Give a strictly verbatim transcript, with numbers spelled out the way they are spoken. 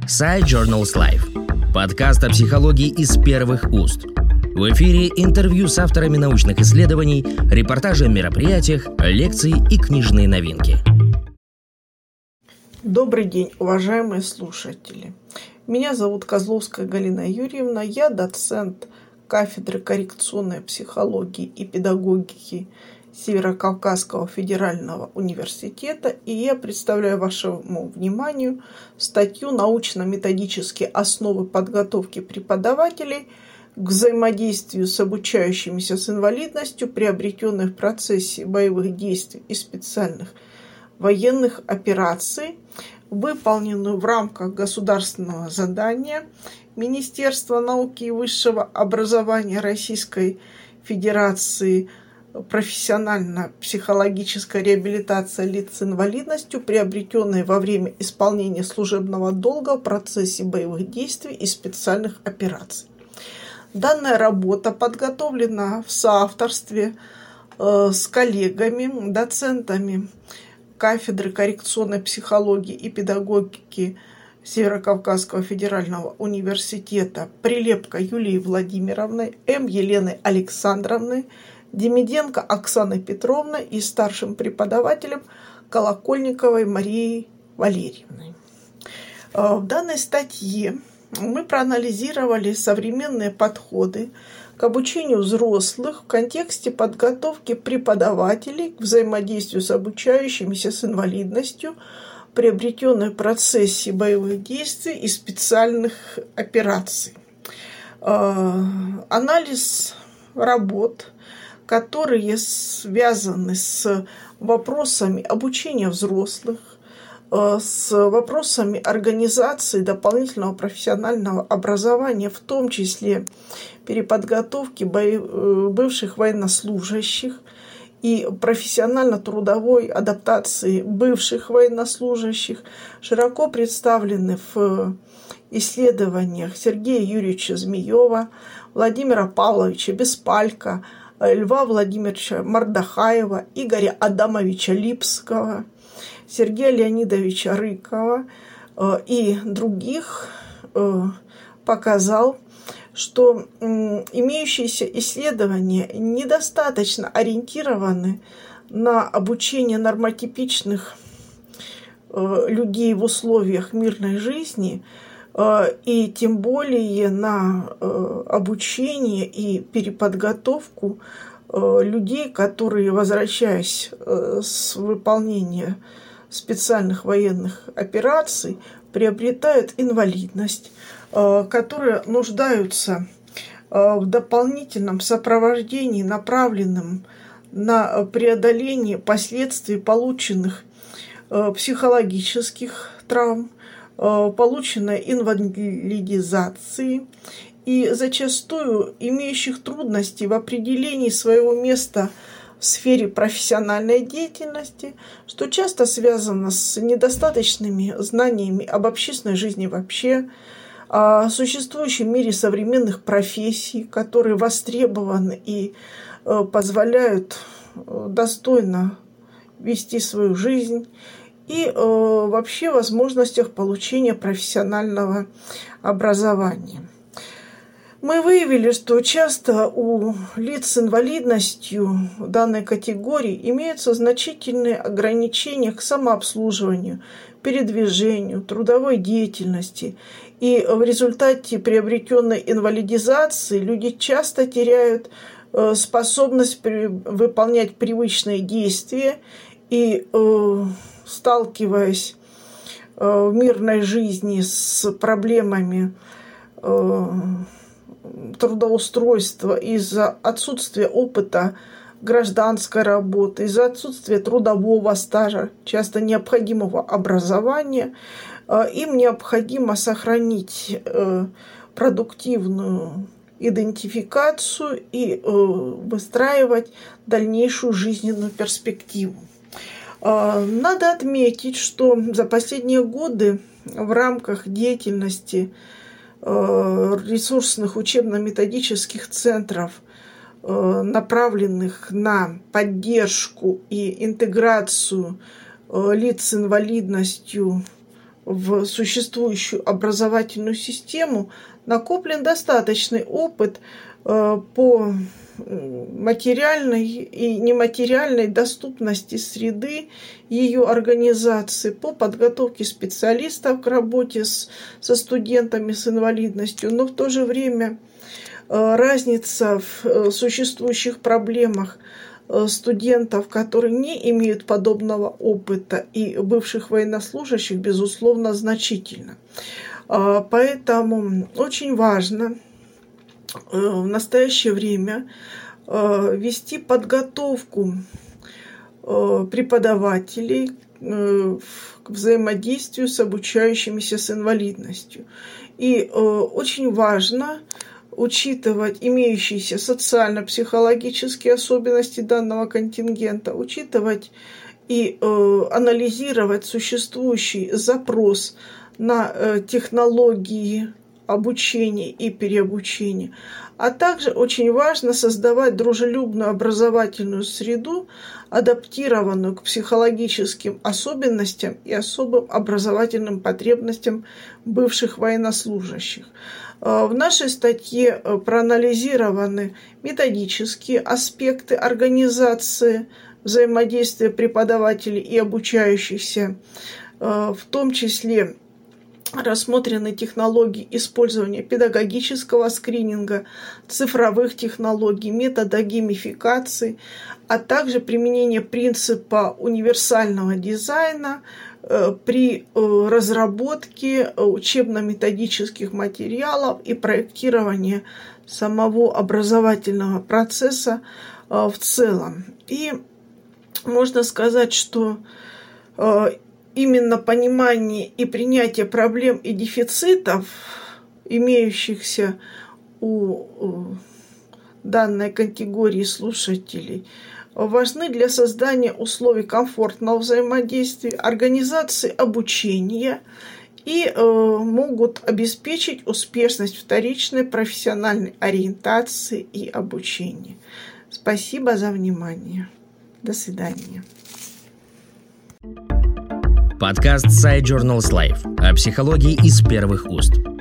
Side Journals Life. Подкаст о психологии из первых уст. В эфире интервью с авторами научных исследований, репортажи о мероприятиях, лекции и книжные новинки. Добрый день, уважаемые слушатели. Меня зовут Козловская Галина Юрьевна. Я доцент кафедры коррекционной психологии и педагогики Северо-Кавказского федерального университета, и я представляю вашему вниманию статью «Научно-методические основы подготовки преподавателей к взаимодействию с обучающимися с инвалидностью, приобретенной в процессе боевых действий и специальных военных операций», выполненную в рамках государственного задания Министерства науки и высшего образования Российской Федерации «Профессионально-психологическая реабилитация лиц с инвалидностью, приобретенной во время исполнения служебного долга в процессе боевых действий и специальных операций». Данная работа подготовлена в соавторстве э, с коллегами, доцентами кафедры коррекционной психологии и педагогики Северо-Кавказского федерального университета Прилепко Юлией Владимировной, М. Еленой Александровной, Демиденко Оксаной Петровной и старшим преподавателем Колокольниковой Марией Валерьевной. В данной статье мы проанализировали современные подходы к обучению взрослых в контексте подготовки преподавателей к взаимодействию с обучающимися с инвалидностью, приобретенной в процессе боевых действий и специальных операций. Анализ работ, которые связаны с вопросами обучения взрослых, с вопросами организации дополнительного профессионального образования, в том числе переподготовки бывших военнослужащих и профессионально-трудовой адаптации бывших военнослужащих, широко представлены в исследованиях Сергея Юрьевича Змеева, Владимира Павловича Беспалько, Льва Владимировича Мордахаева, Игоря Адамовича Липского, Сергея Леонидовича Рыкова и других, показал, что имеющиеся исследования недостаточно ориентированы на обучение нормотипичных людей в условиях мирной жизни, и тем более на обучение и переподготовку людей, которые, возвращаясь с выполнения специальных военных операций, приобретают инвалидность, которые нуждаются в дополнительном сопровождении, направленном на преодоление последствий полученных психологических травм, полученной инвалидизации и зачастую имеющих трудности в определении своего места в сфере профессиональной деятельности, что часто связано с недостаточными знаниями об общественной жизни вообще, о существующем мире современных профессий, которые востребованы и позволяют достойно вести свою жизнь, и вообще возможностях получения профессионального образования. Мы выявили, что часто у лиц с инвалидностью данной категории имеются значительные ограничения к самообслуживанию, передвижению, трудовой деятельности. И в результате приобретенной инвалидизации люди часто теряют способность выполнять привычные действия и, сталкиваясь в мирной жизни с проблемами трудоустройства из-за отсутствия опыта гражданской работы, из-за отсутствия трудового стажа, часто необходимого образования, им необходимо сохранить продуктивную идентификацию и выстраивать дальнейшую жизненную перспективу. Надо отметить, что за последние годы в рамках деятельности ресурсных учебно-методических центров, направленных на поддержку и интеграцию лиц с инвалидностью в существующую образовательную систему накоплен достаточный опыт по материальной и нематериальной доступности среды, ее организации, по подготовке специалистов к работе с, со студентами с инвалидностью, но в то же время разница в существующих проблемах студентов, которые не имеют подобного опыта, и бывших военнослужащих, безусловно, значительна. Поэтому очень важно в настоящее время вести подготовку преподавателей к взаимодействию с обучающимися с инвалидностью. И очень важно учитывать имеющиеся социально-психологические особенности данного контингента, учитывать и анализировать существующий запрос на технологии обучения и переобучения, а также очень важно создавать дружелюбную образовательную среду, адаптированную к психологическим особенностям и особым образовательным потребностям бывших военнослужащих. В нашей статье проанализированы методические аспекты организации взаимодействия преподавателей и обучающихся, в том числе рассмотрены технологии использования педагогического скрининга, цифровых технологий, метода геймификации, а также применение принципа универсального дизайна при разработке учебно-методических материалов и проектировании самого образовательного процесса в целом. И можно сказать, что именно понимание и принятие проблем и дефицитов, имеющихся у данной категории слушателей, важны для создания условий комфортного взаимодействия, организации обучения и могут обеспечить успешность вторичной профессиональной ориентации и обучения. Спасибо за внимание. До свидания. Подкаст Side Journals Life о психологии из первых уст.